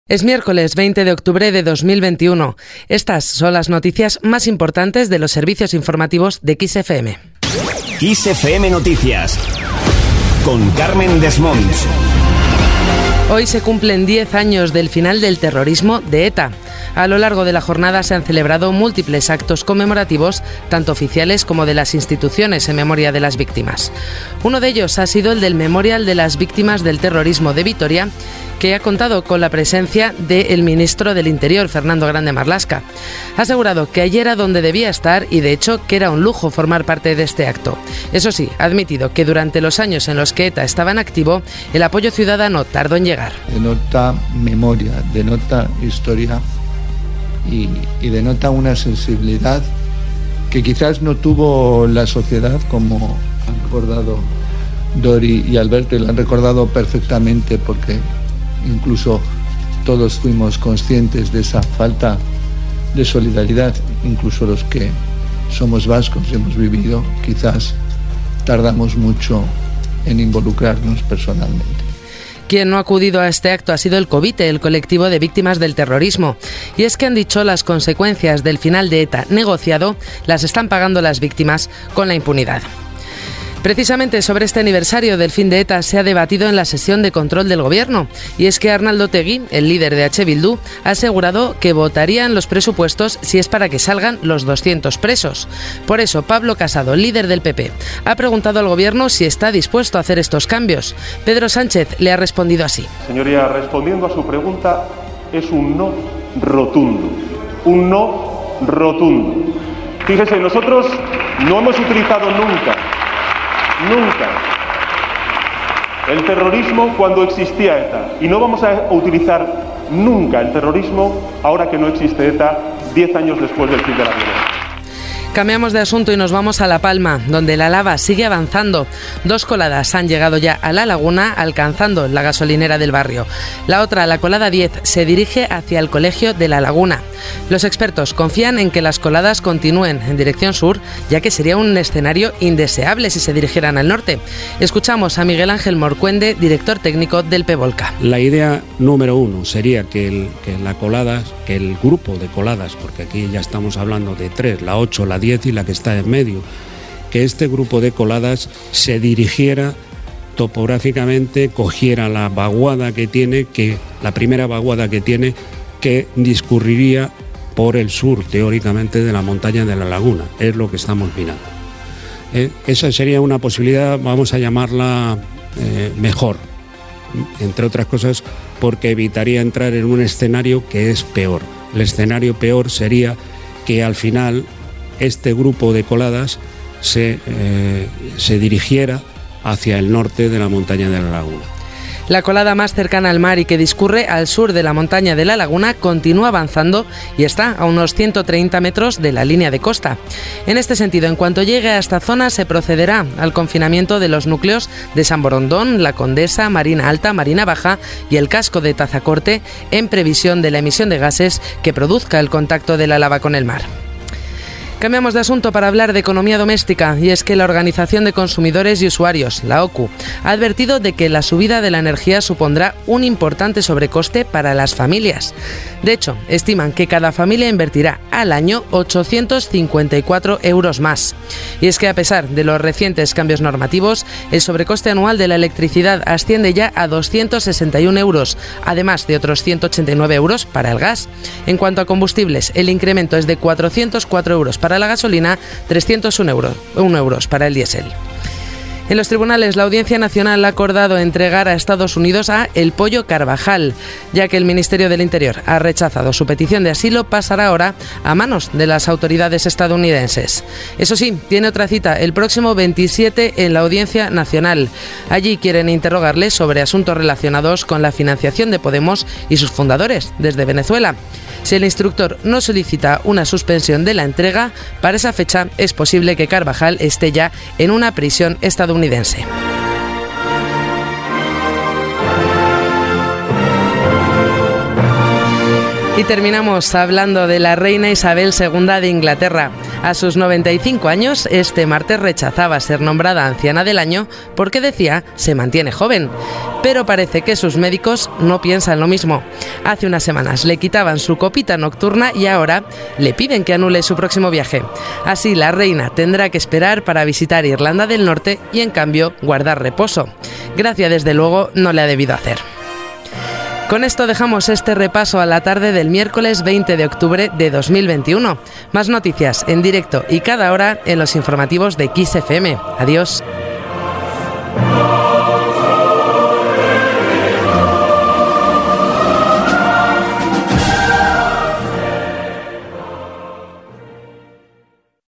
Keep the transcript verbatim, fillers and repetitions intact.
Es miércoles veinte de octubre de dos mil veintiuno. Estas son las noticias más importantes de los servicios informativos de Kiss F M. Kiss F M Noticias, con Carmen Desmonts. Hoy se cumplen diez años del final del terrorismo de ETA. A lo largo de la jornada se han celebrado múltiples actos conmemorativos, tanto oficiales como de las instituciones, en memoria de las víctimas. Uno de ellos ha sido el del Memorial de las Víctimas del Terrorismo de Vitoria, que ha contado con la presencia del ministro del Interior, Fernando Grande Marlaska. Ha asegurado que allí era donde debía estar y, de hecho, que era un lujo formar parte de este acto. Eso sí, ha admitido que durante los años en los que ETA estaba en activo, el apoyo ciudadano tardó en llegar. Denota memoria, denota historia y, y denota una sensibilidad que quizás no tuvo la sociedad, como han recordado Dori y Alberto, y lo han recordado perfectamente porque incluso todos fuimos conscientes de esa falta de solidaridad, incluso los que somos vascos y hemos vivido, quizás tardamos mucho en involucrarnos personalmente. Quien no ha acudido a este acto ha sido el COVITE, el colectivo de víctimas del terrorismo. Y es que han dicho las consecuencias del final de ETA negociado las están pagando las víctimas con la impunidad. Precisamente sobre este aniversario del fin de ETA se ha debatido en la sesión de control del Gobierno, y es que Arnaldo Otegi, el líder de H. Bildu, ha asegurado que votarían los presupuestos si es para que salgan los doscientos presos. Por eso, Pablo Casado, líder del P P, ha preguntado al Gobierno si está dispuesto a hacer estos cambios. Pedro Sánchez le ha respondido así. Señoría, respondiendo a su pregunta, es un no rotundo, un no rotundo. Fíjese, nosotros no hemos utilizado nunca Nunca el terrorismo cuando existía ETA, y no vamos a utilizar nunca el terrorismo ahora que no existe ETA, diez años después del fin de la violencia. Cambiamos de asunto y nos vamos a La Palma, donde la lava sigue avanzando. Dos coladas han llegado ya a la laguna, alcanzando la gasolinera del barrio. La otra, la colada diez, se dirige hacia el colegio de La Laguna. Los expertos confían en que las coladas continúen en dirección sur, ya que sería un escenario indeseable si se dirigieran al norte. Escuchamos a Miguel Ángel Morcuende, director técnico del PEVOLCA. La idea número uno sería que, el, que la colada, que el grupo de coladas, porque aquí ya estamos hablando de tres, la ocho, la diez y la que está en medio, que este grupo de coladas se dirigiera topográficamente, cogiera la vaguada que tiene, que la primera vaguada que tiene, que discurriría por el sur, teóricamente, de la montaña de La Laguna. Es lo que estamos mirando. Eh, esa sería una posibilidad, vamos a llamarla eh, mejor, entre otras cosas, porque evitaría entrar en un escenario que es peor. El escenario peor sería que al final este grupo de coladas se, eh, se dirigiera hacia el norte de la montaña de La Laguna. La colada más cercana al mar y que discurre al sur de la montaña de La Laguna continúa avanzando y está a unos ciento treinta metros de la línea de costa. En este sentido, en cuanto llegue a esta zona, se procederá al confinamiento de los núcleos de San Borondón, La Condesa, Marina Alta, Marina Baja y el casco de Tazacorte, en previsión de la emisión de gases que produzca el contacto de la lava con el mar. Cambiamos de asunto para hablar de economía doméstica, y es que la Organización de Consumidores y Usuarios, la O C U, ha advertido de que la subida de la energía supondrá un importante sobrecoste para las familias. De hecho, estiman que cada familia invertirá al año ochocientos cincuenta y cuatro euros más. Y es que a pesar de los recientes cambios normativos, el sobrecoste anual de la electricidad asciende ya a doscientos sesenta y un euros, además de otros ciento ochenta y nueve euros para el gas. En cuanto a combustibles, el incremento es de cuatrocientos cuatro euros para la gasolina, trescientos uno euros para el diésel. En los tribunales, la Audiencia Nacional ha acordado entregar a Estados Unidos a El Pollo Carvajal, ya que el Ministerio del Interior ha rechazado su petición de asilo, pasará ahora a manos de las autoridades estadounidenses. Eso sí, tiene otra cita el próximo veintisiete en la Audiencia Nacional. Allí quieren interrogarle sobre asuntos relacionados con la financiación de Podemos y sus fundadores desde Venezuela. Si el instructor no solicita una suspensión de la entrega, para esa fecha es posible que Carvajal esté ya en una prisión estadounidense. Y terminamos hablando de la reina Isabel segunda de Inglaterra. A sus noventa y cinco años, este martes rechazaba ser nombrada anciana del año porque decía se mantiene joven. Pero parece que sus médicos no piensan lo mismo. Hace unas semanas le quitaban su copita nocturna y ahora le piden que anule su próximo viaje. Así la reina tendrá que esperar para visitar Irlanda del Norte y en cambio guardar reposo. Gracia desde luego no le ha debido hacer. Con esto dejamos este repaso a la tarde del miércoles veinte de octubre de dos mil veintiuno. Más noticias en directo y cada hora en los informativos de Kiss F M. Adiós.